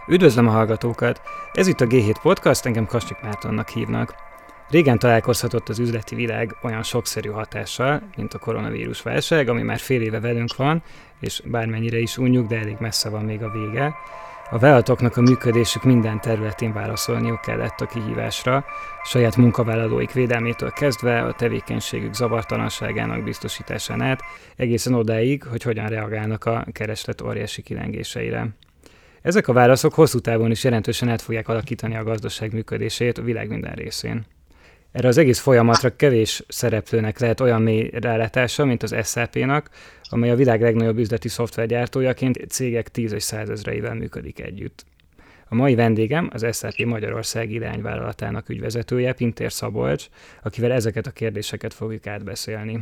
Üdvözlöm a hallgatókat! Ez itt a G7 Podcast, engem Kasnyik Mártonnak hívnak. Régen találkozhatott az üzleti világ olyan sokszerű hatással, mint a koronavírus válság, ami már fél éve velünk van, és bármennyire is unjuk, de elég messze van még a vége. A vállalatoknak a működésük minden területén válaszolniuk kellett a kihívásra, saját munkavállalóik védelmétől kezdve a tevékenységük zavartalanságának biztosításán át, egészen odáig, hogy hogyan reagálnak a kereslet óriási kilengéseire. Ezek a válaszok hosszú távon is jelentősen át fogják alakítani a gazdaság működését a világ minden részén. Erre az egész folyamatra kevés szereplőnek lehet olyan mély rálátása, mint az SAP-nak, amely a világ legnagyobb üzleti szoftvergyártójaként cégek 10 és 100 ezreivel működik együtt. A mai vendégem az SAP Magyarország irányvállalatának ügyvezetője, Pintér Szabolcs, akivel ezeket a kérdéseket fogjuk átbeszélni.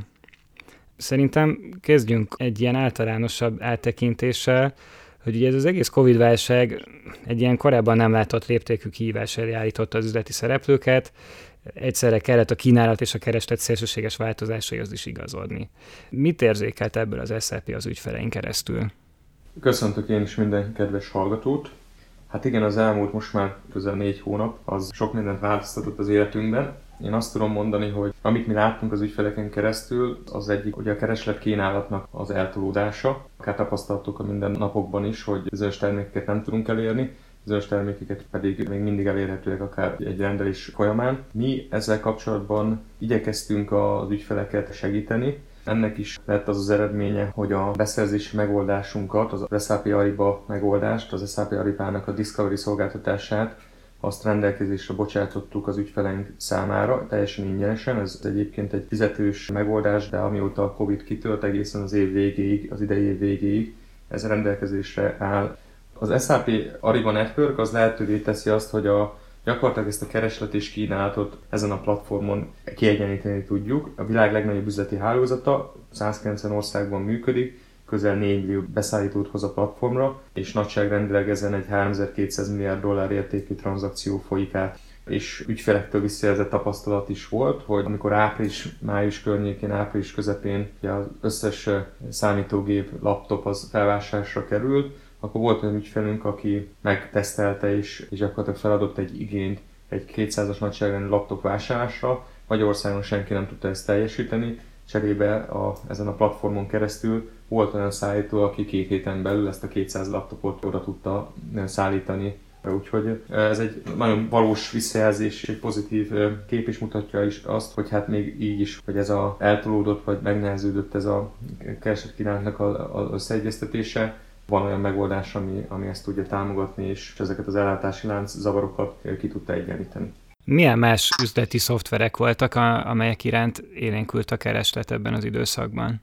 Szerintem kezdjünk egy ilyen általánosabb áttekintéssel, hogy ugye ez az egész Covid-válság egy ilyen korábban nem látott léptékű kihívás elé állította az üzleti szereplőket, egyszerre kellett a kínálat és a kereslet szélsőséges változásaihoz is igazodni. Mit érzékelt ebből az SAP az ügyfelein keresztül? Köszöntök én is minden kedves hallgatót. Hát igen, az elmúlt most már közel 4 hónap, az sok mindent változtatott az életünkben. Én azt tudom mondani, hogy amit mi láttunk az ügyfeleken keresztül, az egyik ugye a kereslet kínálatnak az eltolódása. Akár tapasztaltuk a mindennapokban is, hogy bizonyos termékeket nem tudunk elérni, bizonyos termékeket pedig még mindig elérhetőek akár egy rendelés folyamán. Mi ezzel kapcsolatban igyekeztünk az ügyfeleket segíteni. Ennek is lett az az eredménye, hogy a beszerzési megoldásunkat, az SAP Ariba megoldást, az SAP Aribának a Discovery szolgáltatását, azt rendelkezésre bocsátottuk az ügyfeleink számára, teljesen ingyenesen. Ez egyébként egy fizetős megoldás, de amióta a Covid kitört egészen az év végéig, az idei év végéig, ez rendelkezésre áll. Az SAP Ariba Network az lehetővé teszi azt, hogy gyakorlatilag ezt a kereslet és kínálatot ezen a platformon kiegyenlíteni tudjuk. A világ legnagyobb üzleti hálózata 190 országban működik, közel 4 millió beszállítót hoz a platformra, és nagyságrendileg ezen egy 3200 milliárd dollár értékű tranzakció folyik át. És ügyfelektől visszajelzett tapasztalat is volt, hogy amikor április-május környékén, április közepén az összes számítógép, laptop az felvásárlásra került, akkor volt olyan ügyfelünk, aki megtesztelte és gyakorlatilag feladott egy igényt egy 200-as nagyságrendű laptop vásárlásra. Magyarországon senki nem tudta ezt teljesíteni, cserébe ezen a platformon keresztül volt olyan szállító, aki 2 héten belül ezt a 200 laptopot oda tudta szállítani. Úgyhogy ez egy nagyon valós visszajelzés, egy pozitív kép is mutatja is azt, hogy hát még így is, hogy ez eltolódott vagy megneheződött ez a kereslet-kínálatnak az összeegyeztetése. Van olyan megoldás, ami ezt tudja támogatni, és ezeket az ellátási lánc zavarokat ki tudta egyenlíteni. Milyen más üzleti szoftverek voltak, amelyek iránt élénkült a kereslet ebben az időszakban?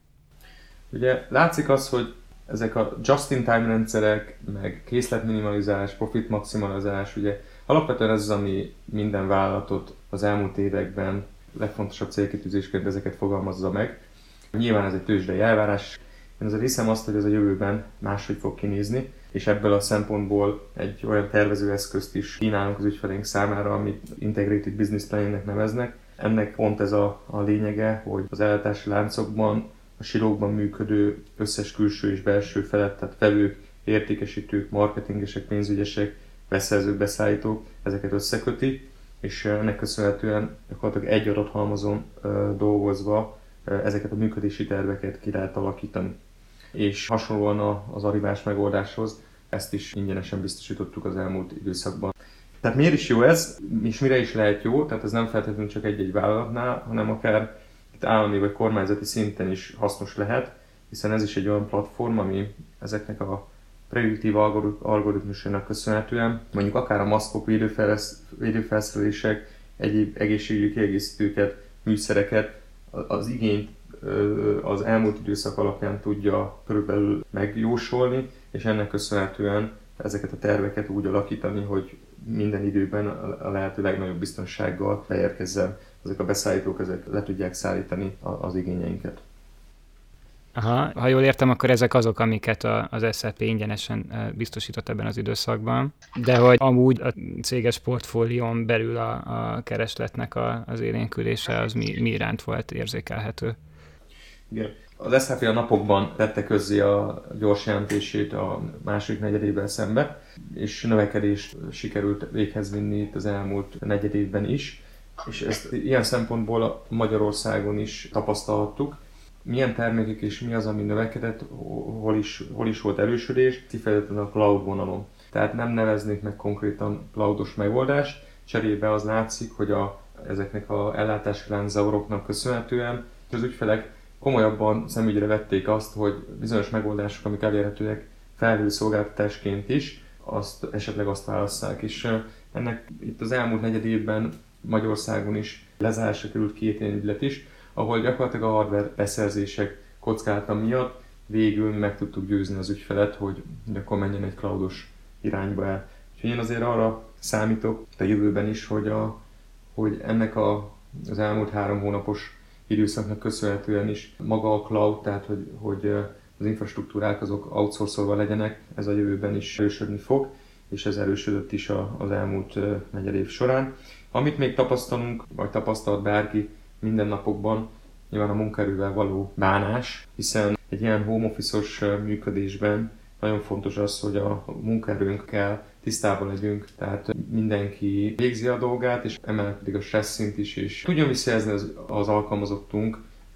Ugye látszik az, hogy ezek a just-in-time rendszerek, meg készletminimalizálás, profit maximalizálás, ugye alapvetően ez az, ami minden vállalatot az elmúlt években legfontosabb célkitűzésként ezeket fogalmazza meg. Nyilván ez egy tőzsdei elvárás. Én azért hiszem azt, hogy ez a jövőben máshogy fog kinézni, és ebből a szempontból egy olyan tervezőeszközt is kínálunk az ügyfeleink számára, amit Integrated Business Planningnek neveznek. Ennek pont ez a lényege, hogy az ellátási láncokban, a silókban működő összes külső és belső felett, tehát vevők, értékesítők, marketingesek, pénzügyesek, beszerzők, beszállítók, ezeket összeköti, és ennek köszönhetően gyakorlatilag egy adathalmazon dolgozva ezeket a működési terveket ki lehet alakítani. És hasonlóan az Aribás megoldáshoz ezt is ingyenesen biztosítottuk az elmúlt időszakban. Tehát miért is jó ez, és mire is lehet jó? Tehát ez nem feltétlenül csak egy-egy vállalatnál, hanem akár itt állami vagy kormányzati szinten is hasznos lehet, hiszen ez is egy olyan platform, ami ezeknek a prediktív algoritmusainak köszönhetően, mondjuk akár a maszkok, védőfelszerelések, egyéb egészségügyi kiegészítőket, műszereket, az igényt az elmúlt időszak alapján tudja körülbelül megjósolni, és ennek köszönhetően ezeket a terveket úgy alakítani, hogy minden időben a lehető legnagyobb biztonsággal beérkezzen ezek a beszállítók, ezek le tudják szállítani az igényeinket. Aha, ha jól értem, akkor ezek azok, amiket az SAP ingyenesen biztosított ebben az időszakban, de hogy amúgy a céges portfólión belül a keresletnek az élénkülése az mi iránt volt érzékelhető? Igen. Az SHP a napokban tette közzé a gyors jelentését a második negyedévvel szembe, és növekedést sikerült véghez vinni itt az elmúlt negyedévben is, és ezt ilyen szempontból Magyarországon is tapasztalhattuk. Milyen termékek és mi az, ami növekedett, hol is volt erősödés, kifejezetten a cloud vonalon. Tehát nem neveznék meg konkrétan cloudos megoldást, cserébe az látszik, hogy ezeknek az ellátási lánczavaroknak köszönhetően az ügyfelek komolyabban szemügyre vették azt, hogy bizonyos megoldások, amik elérhetőek felhőszolgáltatásként is, esetleg azt válasszák. És ennek itt az elmúlt negyed évben Magyarországon is lezárásra került 2 ilyen ügylet is, ahol gyakorlatilag a hardware beszerzések kockázata miatt végül meg tudtuk győzni az ügyfelet, hogy akkor menjen egy cloudos irányba el. Úgyhogy én azért arra számítok a jövőben is, hogy ennek az elmúlt 3 hónapos időszaknak köszönhetően is maga a cloud, tehát hogy az infrastruktúrák azok outsourcolva legyenek, ez a jövőben is erősödni fog, és ez erősödött is az elmúlt negyed év során. Amit még tapasztalunk, vagy tapasztalt bárki mindennapokban, nyilván a munkaerővel való bánás, hiszen egy ilyen home office-os működésben nagyon fontos az, hogy a munkaerőnkkel tisztában legyünk, tehát mindenki végzi a dolgát, és emellett pedig a stressz szint is, és tudjon visszajelzni az alkalmazottunk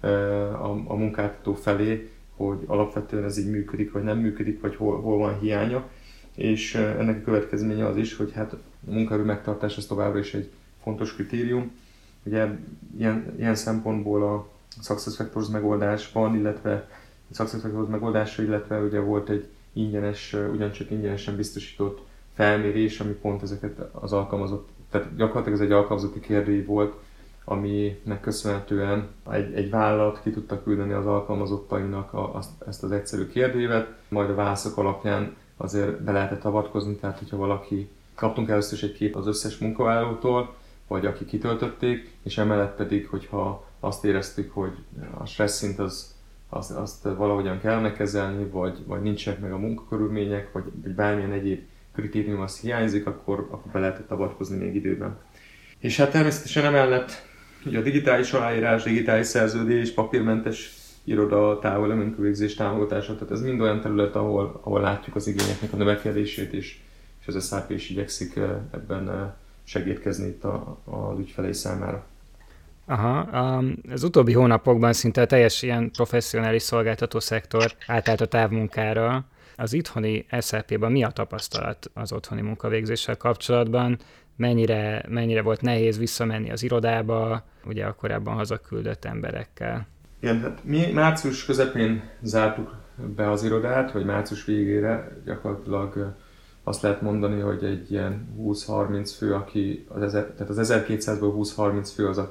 a munkáltató felé, hogy alapvetően ez így működik, vagy nem működik, vagy hol van hiánya. És ennek a következménye az is, hogy hát a munkaerő megtartás az továbbra is egy fontos kritérium. Ugye ilyen szempontból a SuccessFactors megoldásban, illetve SuccessFactors megoldása, illetve ugye volt egy ugyancsak ingyenesen biztosított felmérés, ami pont ezeket az tehát gyakorlatilag ez egy alkalmazotti kérdőív volt, aminek köszönhetően egy vállalat ki tudta küldeni az alkalmazottainak ezt az egyszerű kérdőívet, majd a válaszok alapján azért be lehetett avatkozni, tehát hogyha kaptunk először is egy kép az összes munkavállalótól, vagy akik kitöltötték, és emellett pedig, hogyha azt éreztük, hogy a stressz szint azt valahogyan kellene kezelni, vagy nincsenek meg a munkakörülmények, vagy bármilyen egyéb kritérium az hiányzik, akkor be lehetett avatkozni még időben. És hát természetesen emellett ugye a digitális aláírás, digitális szerződés, papírmentes iroda, távoli munkavégzés támogatása, tehát ez mind olyan terület, ahol látjuk az igényeknek a növekedését, és az SAP is igyekszik ebben segítkezni itt az ügyfelei számára. Aha, az utóbbi hónapokban szinte a teljes ilyen professzionális szolgáltató szektor átállt a távmunkára. Az itthoni SAP-ban mi a tapasztalat az otthoni munkavégzéssel kapcsolatban? Mennyire volt nehéz visszamenni az irodába, ugye a korábban hazaküldött emberekkel? Igen, hát mi március közepén zártuk be az irodát, vagy március végére gyakorlatilag azt lehet mondani, hogy egy ilyen 20-30 fő, tehát az 1200-ból 20-30 fő az,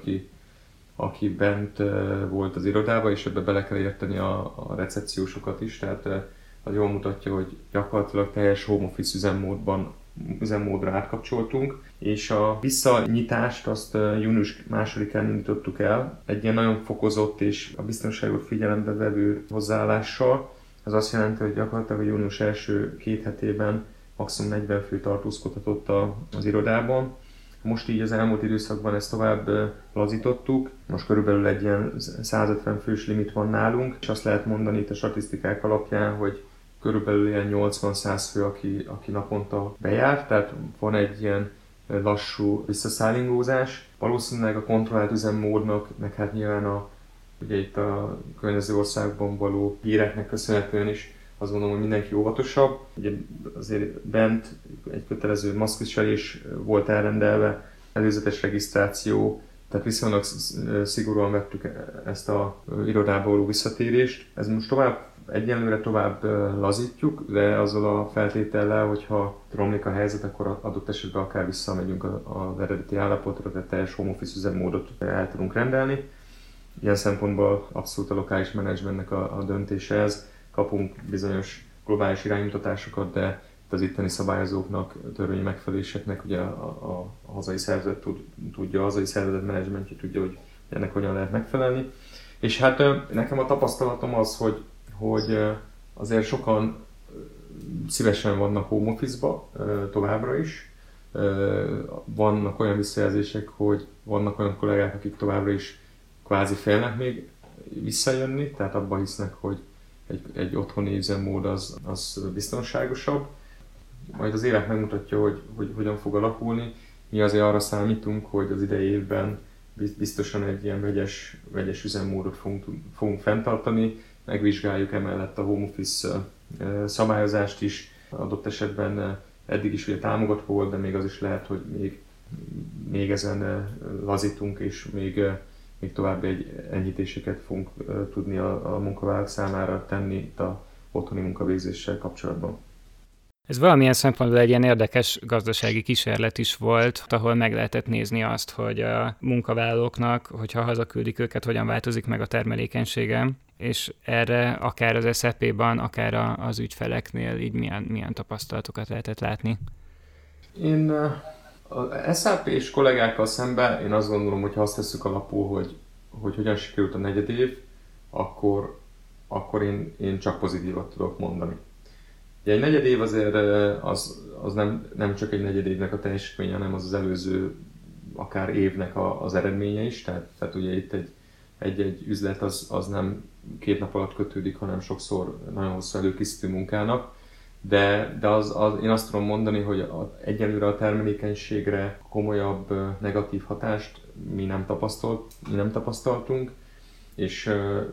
aki bent volt az irodába, és ebbe bele kell érteni a recepciósokat is, tehát az jól mutatja, hogy gyakorlatilag teljes home office üzemmódra átkapcsoltunk, és a visszanyitást azt június 2-án indítottuk el, egy ilyen nagyon fokozott és a biztonságot figyelembe vevő hozzáállással. Ez azt jelenti, hogy gyakorlatilag a június első 2 hetében maximum 40 fő tartózkodhatott az irodában. Most így az elmúlt időszakban ezt tovább lazítottuk. Most körülbelül egy ilyen 150 fős limit van nálunk, és azt lehet mondani itt a statisztikák alapján, hogy körülbelül ilyen 80-100 fő, aki naponta bejár, tehát van egy ilyen lassú visszaszállingózás. Valószínűleg a kontrollált üzemmódnak, meg hát nyilván ugye itt a környező országban való híreknek köszönhetően is azt gondolom, hogy mindenki óvatosabb. Ugye azért bent egy kötelező maszkviselés volt elrendelve, előzetes regisztráció, tehát viszonylag szigorúan vettük ezt a irodába való visszatérést. Ez most egyelőre tovább lazítjuk, de azzal a feltétellel, hogyha romlik a helyzet, akkor adott esetben akár visszamegyünk az eredeti állapotra, tehát teljes home office üzemmódot el tudunk rendelni. Ilyen szempontból abszolút a lokális menedzsmentnek a döntése ez. Kapunk bizonyos globális iránymutatásokat, de az itteni szabályozóknak, törvényi megfeleléseknek ugye a hazai szervezet tudja, a hazai szervezet menedzsmentje tudja, hogy ennek hogyan lehet megfelelni. És hát nekem a tapasztalatom az, hogy azért sokan szívesen vannak home office-ba továbbra is. Vannak olyan visszajelzések, hogy vannak olyan kollégák, akik továbbra is kvázi félnek még visszajönni, tehát abban hisznek, hogy egy otthoni üzemmód az biztonságosabb. Majd az élet megmutatja, hogy hogyan fog alakulni. Mi azért arra számítunk, hogy az idei évben biztosan egy ilyen vegyes üzemmódot fogunk fenntartani. Megvizsgáljuk emellett a home office szabályozást is. Adott esetben eddig is ugye támogatva volt, de még az is lehet, hogy még ezen lazítunk, és még további enyhítéseket fogunk tudni a munkavállalók számára tenni itt a otthoni munkavégzéssel kapcsolatban. Ez valamilyen szempontból egy ilyen érdekes gazdasági kísérlet is volt, ahol meg lehetett nézni azt, hogy a munkavállalóknak, hogyha hazaküldik őket, hogyan változik meg a termelékenysége, és erre akár az SAP-ban, akár az ügyfeleknél így milyen tapasztalatokat lehetett látni. Én a SAP-s kollégákkal szemben én azt gondolom, hogy ha azt veszük alapul, hogy hogyan sikerült a negyedév, akkor én csak pozitívat tudok mondani. Egy negyedév azért az nem csak egy negyedévnek a teljesítménye, hanem az előző akár évnek az eredménye is. Tehát ugye itt egy üzlet az nem 2 nap alatt kötődik, hanem sokszor nagyon hosszú előkészítő munkának. De én azt tudom mondani, hogy egyelőre a termelékenységre komolyabb negatív hatást mi nem tapasztaltunk, és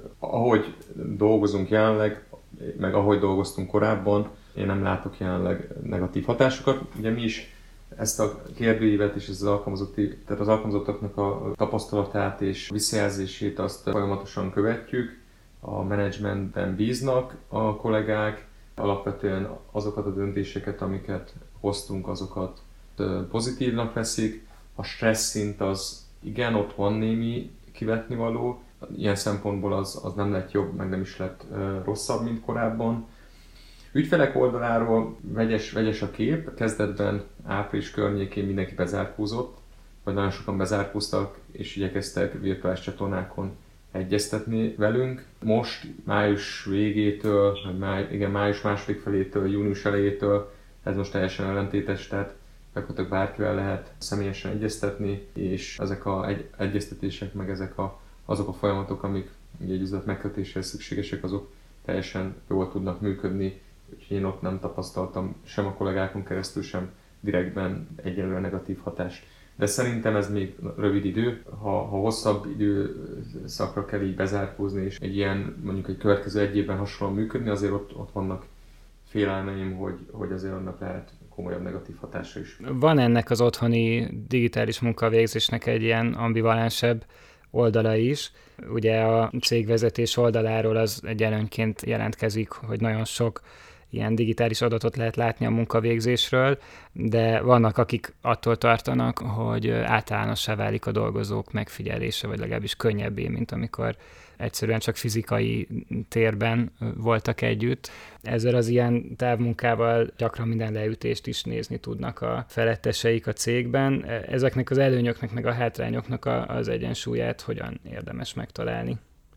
ahogy dolgozunk jelenleg, meg ahogy dolgoztunk korábban, én nem látok jelenleg negatív hatásokat. Ugye mi is ezt a kérdőívet és az alkalmazottaknak a tapasztalatát és visszajelzését azt folyamatosan követjük. A menedzsmentben bíznak a kollégák, alapvetően azokat a döntéseket, amiket hoztunk, azokat pozitívnak veszik. A stressz szint az igen, ott van némi kivetnivaló. Ilyen szempontból az nem lett jobb, meg nem is lett rosszabb, mint korábban. Ügyfelek oldaláról vegyes a kép. Kezdetben április környékén mindenki bezárkózott, vagy nagyon sokan bezárkóztak, és igyekeztek virtuális csatornákon egyeztetni velünk. Most május végétől, május második felétől, június elejétől ez most teljesen ellentétes, tehát gyakorlatilag bárkivel lehet személyesen egyeztetni, és ezek az egyeztetések, meg azok a folyamatok, amik ugye egy üzlet megkötéséhez szükségesek, azok teljesen jól tudnak működni, úgyhogy én ott nem tapasztaltam sem a kollégákon keresztül, sem direktben egyelőre negatív hatást. De szerintem ez még rövid idő. Ha hosszabb időszakra kell így bezárkózni, és mondjuk egy következő egy évben hasonlóan működni, azért ott vannak félelmeim, hogy azért annak lehet komolyabb negatív hatása is. Van ennek az otthoni digitális munkavégzésnek egy ilyen ambivalensebb oldala is. Ugye a cégvezetés oldaláról az egy előnyként jelentkezik, hogy nagyon sok ilyen digitális adatot lehet látni a munkavégzésről, de vannak, akik attól tartanak, hogy általánossá válik a dolgozók megfigyelése, vagy legalábbis könnyebbé, mint amikor egyszerűen csak fizikai térben voltak együtt. Ezzel az ilyen távmunkával gyakran minden leütést is nézni tudnak a feletteseik a cégben. Ezeknek az előnyöknek, meg a hátrányoknak az egyensúlyát hogyan érdemes megtalálni?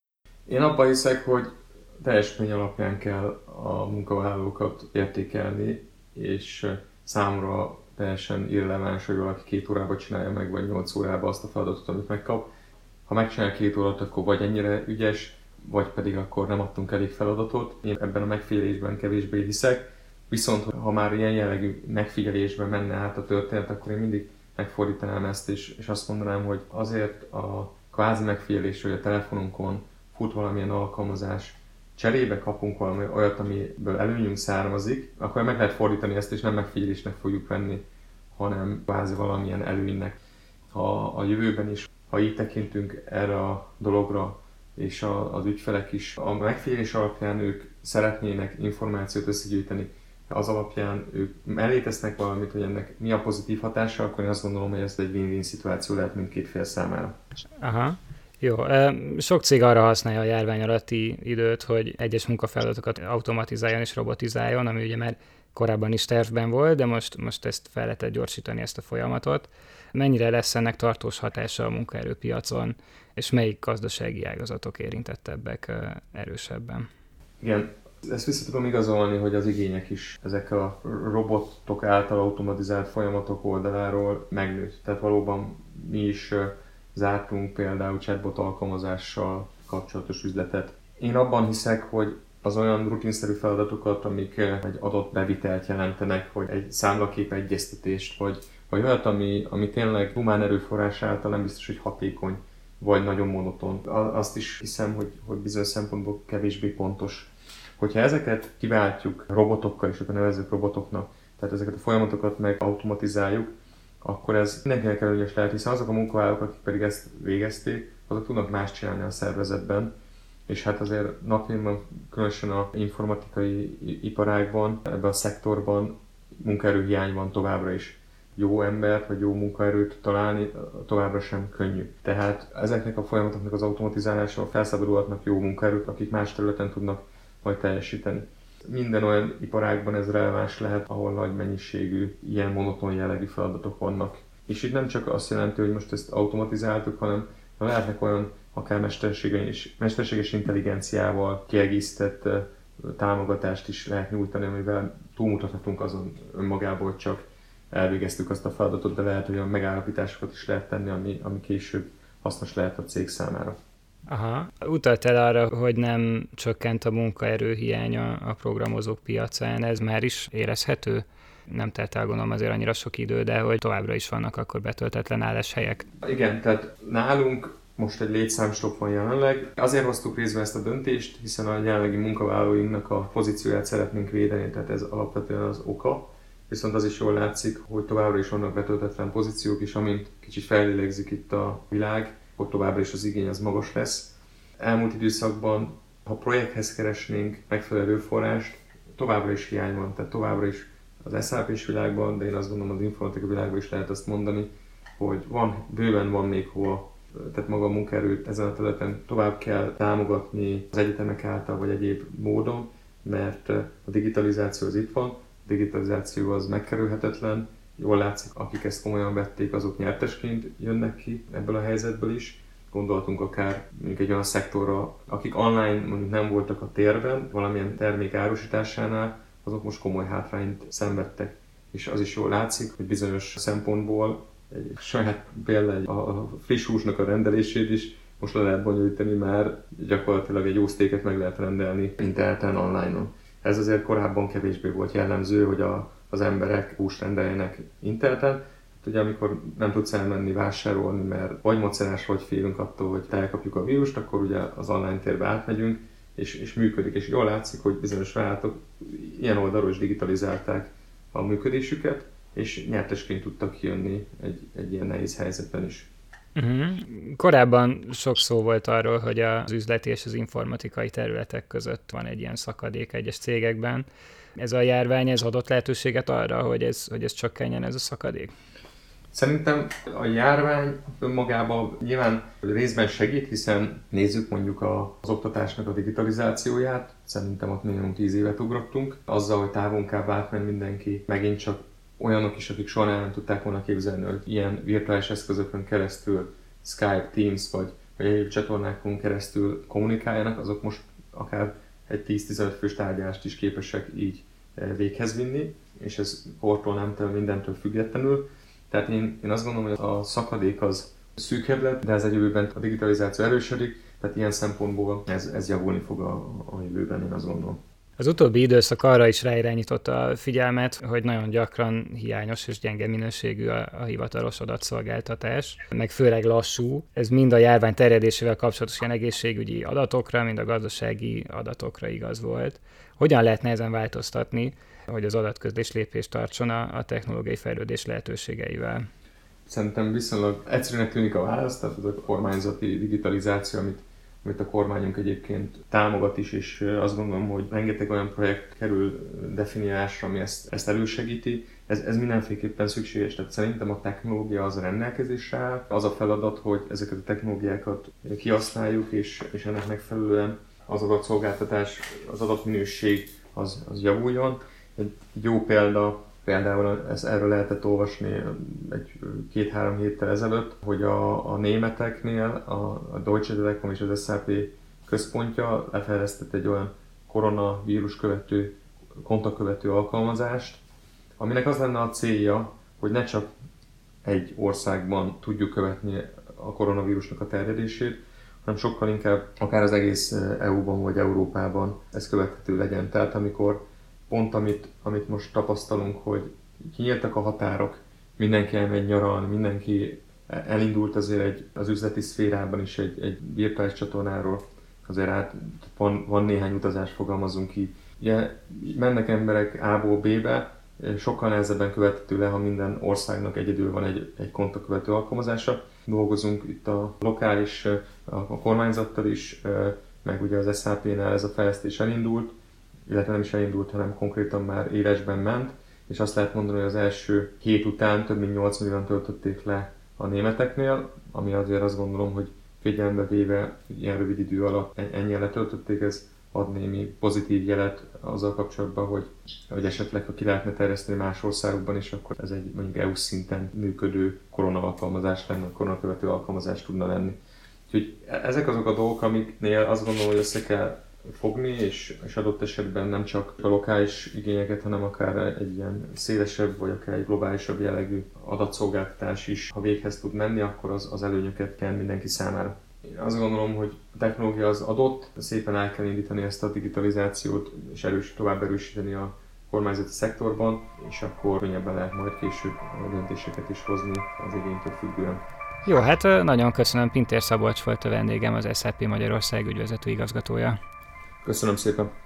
Én abban hiszek, hogy teljesítmény alapján kell a munkavállalókat értékelni, és számomra teljesen irreleváns, hogy valaki 2 órában csinálja meg, vagy 8 órában azt a feladatot, amit megkap. Ha megcsinál 2 órát, akkor vagy ennyire ügyes, vagy pedig akkor nem adtunk elég feladatot. Én ebben a megfigyelésben kevésbé hiszek, viszont ha már ilyen jellegű megfigyelésben menne át a történet, akkor én mindig megfordítanám ezt, és azt mondanám, hogy azért a kvázi megfigyelés, hogy a telefonunkon fut valamilyen alkalmazás, cserébe kapunk valami olyat, amiből előnyünk származik, akkor meg lehet fordítani ezt, és nem megfigyelésnek fogjuk venni, hanem kvázi valamilyen előnynek. Ha a jövőben is, ha így tekintünk erre a dologra, és az ügyfelek is a megfigyelés alapján ők szeretnének információt összegyűjteni, az alapján ők mellé tesznek valamit, hogy ennek mi a pozitív hatása, akkor én azt gondolom, hogy ez egy win-win szituáció lehet mindkét fél számára. Aha. Jó, sok cég arra használja a járvány alatti időt, hogy egyes munkafeladatokat automatizáljon és robotizáljon, ami ugye már korábban is tervben volt, de most ezt fel lehetett gyorsítani, ezt a folyamatot. Mennyire lesz ennek tartós hatása a munkaerőpiacon, és melyik gazdasági ágazatok érintettebbek erősebben? Igen, ezt vissza tudom igazolni, hogy az igények is ezek a robotok által automatizált folyamatok oldaláról megnőtt. Tehát valóban mi is zártunk például chatbot alkalmazással kapcsolatos üzletet. Én abban hiszek, hogy az olyan rutinszerű feladatokat, amik egy adott bevitelt jelentenek, hogy egy számlakép egyeztetést, vagy olyat, ami tényleg humán erőforrás által nem biztos, hogy hatékony, vagy nagyon monoton. Azt is hiszem, hogy bizonyos szempontból kevésbé pontos. Hogyha ezeket kiváltjuk robotokkal, és akkor nevezzük robotoknak, tehát ezeket a folyamatokat meg automatizáljuk, akkor ez mindenkinek előnyös lehet, hiszen azok a munkavállalók, akik pedig ezt végezték, azok tudnak más csinálni a szervezetben. És hát azért napjainkban, különösen az informatikai iparágban, ebben a szektorban munkaerőhiány van továbbra is. Jó embert vagy jó munkaerőt találni továbbra sem könnyű. Tehát ezeknek a folyamatoknak az automatizálásával felszabadulhatnak jó munkaerők, akik más területen tudnak majd teljesíteni. Minden olyan iparágban ez releváns lehet, ahol nagy mennyiségű, ilyen monoton jellegű feladatok vannak. És itt nem csak azt jelenti, hogy most ezt automatizáltuk, hanem lehetnek olyan akár mesterséges intelligenciával kiegészített támogatást is lehet nyújtani, amivel túlmutathatunk azon önmagából, hogy csak elvégeztük azt a feladatot, de lehet, hogy a megállapításokat is lehet tenni, ami később hasznos lehet a cég számára. Aha. Utaltál arra, hogy nem csökkent a munkaerő hiánya a programozók piacán, ez már is érezhető? Nem telt el gondolom azért annyira sok idő, de hogy továbbra is vannak akkor betöltetlen álláshelyek? Igen, tehát nálunk most egy létszámstopp van jelenleg. Azért hoztuk részbe ezt a döntést, hiszen a jelenlegi munkavállalóinknak a pozícióját szeretnénk védeni, tehát ez alapvetően az oka. Viszont az is jól látszik, hogy továbbra is vannak betöltetlen pozíciók, és amint kicsit fellélegzik itt a világ, hogy továbbra is az igény az magas lesz. Elmúlt időszakban, ha projekthez keresnénk megfelelő forrást, továbbra is hiány van, tehát továbbra is az SAP-s világban, de én azt gondolom az informatika világban is lehet azt mondani, hogy bőven van még hova, tehát maga a munkaerőt ezen a területen tovább kell támogatni az egyetemek által, vagy egyéb módon, mert a digitalizáció az itt van, a digitalizáció az megkerülhetetlen, jól látszik, akik ezt komolyan vették, azok nyertesként jönnek ki ebből a helyzetből is. Gondoltunk akár mondjuk egy olyan szektorra, akik online mondjuk nem voltak a térben, valamilyen termék árusításánál, azok most komoly hátrányt szenvedtek. És az is jól látszik, hogy bizonyos szempontból egy saját például a friss húsnak a rendelését is most le lehet bonyolítani, már gyakorlatilag egy jó sztéket meg lehet rendelni interneten, online-on. Ez azért korábban kevésbé volt jellemző, hogy az emberek húst rendeljenek interneten. Hát ugye amikor nem tudsz elmenni vásárolni, mert vagy macerás, vagy félünk attól, hogy elkapjuk a vírust, akkor ugye az online térbe átmegyünk, és működik. És jól látszik, hogy bizonyos vállalatok ilyen oldalról is digitalizálták a működésüket, és nyertesként tudtak kijönni egy ilyen nehéz helyzetben is. Uh-huh. Korábban sok szó volt arról, hogy az üzleti és az informatikai területek között van egy ilyen szakadék egyes cégekben. Ez a járvány, ez adott lehetőséget arra, hogy ez csökkenjen ez a szakadék? Szerintem a járvány önmagában nyilván részben segít, hiszen nézzük mondjuk az oktatásnak a digitalizációját, szerintem ott minimum 10 évet ugrottunk. Azzal, hogy távonká vált meg mindenki, megint csak olyanok is, akik soha nem tudták volna képzelni, hogy ilyen virtuális eszközökön keresztül, Skype, Teams vagy egyéb csatornákon keresztül kommunikáljanak, azok most akár egy 10-15 fős tárgyalást is képesek így véghez vinni, és ez kortól, nemtől, mindentől függetlenül. Tehát én azt gondolom, hogy a szakadék az szűkebb lett, de ez a jövőben a digitalizáció erősödik, tehát ilyen szempontból ez javulni fog a jövőben, én azt gondolom. Az utóbbi időszak arra is ráirányította a figyelmet, hogy nagyon gyakran hiányos és gyenge minőségű a hivatalos adatszolgáltatás, meg főleg lassú. Ez mind a járvány terjedésével kapcsolatos ilyen egészségügyi adatokra, mind a gazdasági adatokra igaz volt. Hogyan lehetne ezen változtatni, hogy az adatközlés lépést tartson a technológiai fejlődés lehetőségeivel? Szerintem viszonylag egyszerűnek tűnik a válasz, tehát az a kormányzati digitalizáció, amit a kormányunk egyébként támogat is, és azt gondolom, hogy rengeteg olyan projekt kerül definiálásra, ami ezt elősegíti. Ez mindenféleképpen szükséges, tehát szerintem a technológia az a rendelkezésre áll. Az a feladat, hogy ezeket a technológiákat kihasználjuk, és ennek megfelelően az adatszolgáltatás, az adatminőség az javuljon. Egy jó például erről lehetett olvasni egy 2-3 héttel ezelőtt, hogy a németeknél a Deutsche Telekom és az SAP központja lefejlesztett egy olyan koronavírus kontaktkövető alkalmazást, aminek az lenne a célja, hogy ne csak egy országban tudjuk követni a koronavírusnak a terjedését, hanem sokkal inkább akár az egész EU-ban vagy Európában ez követhető legyen. Tehát amikor pont amit most tapasztalunk, hogy kinyíltak a határok, mindenki elmegy nyaralni, mindenki elindult azért az üzleti szférában is egy virtuális csatornáról, azért van néhány utazás, fogalmazunk így. Ugye mennek emberek A-ból B-be, sokkal nehezebben követhető le, ha minden országnak egyedül van egy kontakövető alkalmazása. Dolgozunk itt a lokális, a kormányzattal is, meg ugye az SAP-nál ez a fejlesztés elindult, illetve nem is elindult, hanem konkrétan már élesben ment, és azt lehet mondani, hogy az első hét után több mint 8 millióan töltötték le a németeknél, ami azért azt gondolom, hogy figyelembe véve ilyen rövid idő alatt ennyien letöltötték, ez ad némi pozitív jelet azzal kapcsolatban, hogy esetleg ha ki lehetne terjeszteni más országokban is, akkor ez egy mondjuk EU szinten működő korona-alkalmazás lenne, koronakövető alkalmazás tudna lenni. Úgyhogy ezek azok a dolgok, amiknél azt gondolom, hogy össze kell fogni, és adott esetben nem csak a lokális igényeket, hanem akár egy ilyen szélesebb, vagy akár egy globálisabb jellegű adatszolgáltatás is, ha véghez tud menni, akkor az előnyöket kell mindenki számára. Én azt gondolom, hogy a technológia az adott, szépen el kell indítani ezt a digitalizációt, és tovább erősíteni a kormányzati szektorban, és akkor könnyebben lehet majd később döntéseket is hozni az igénytől függően. Jó, hát nagyon köszönöm, Pintér Szabolcs volt a vendégem, az SAP Magyarország ügyvezető igazgatója. Köszönöm szépen!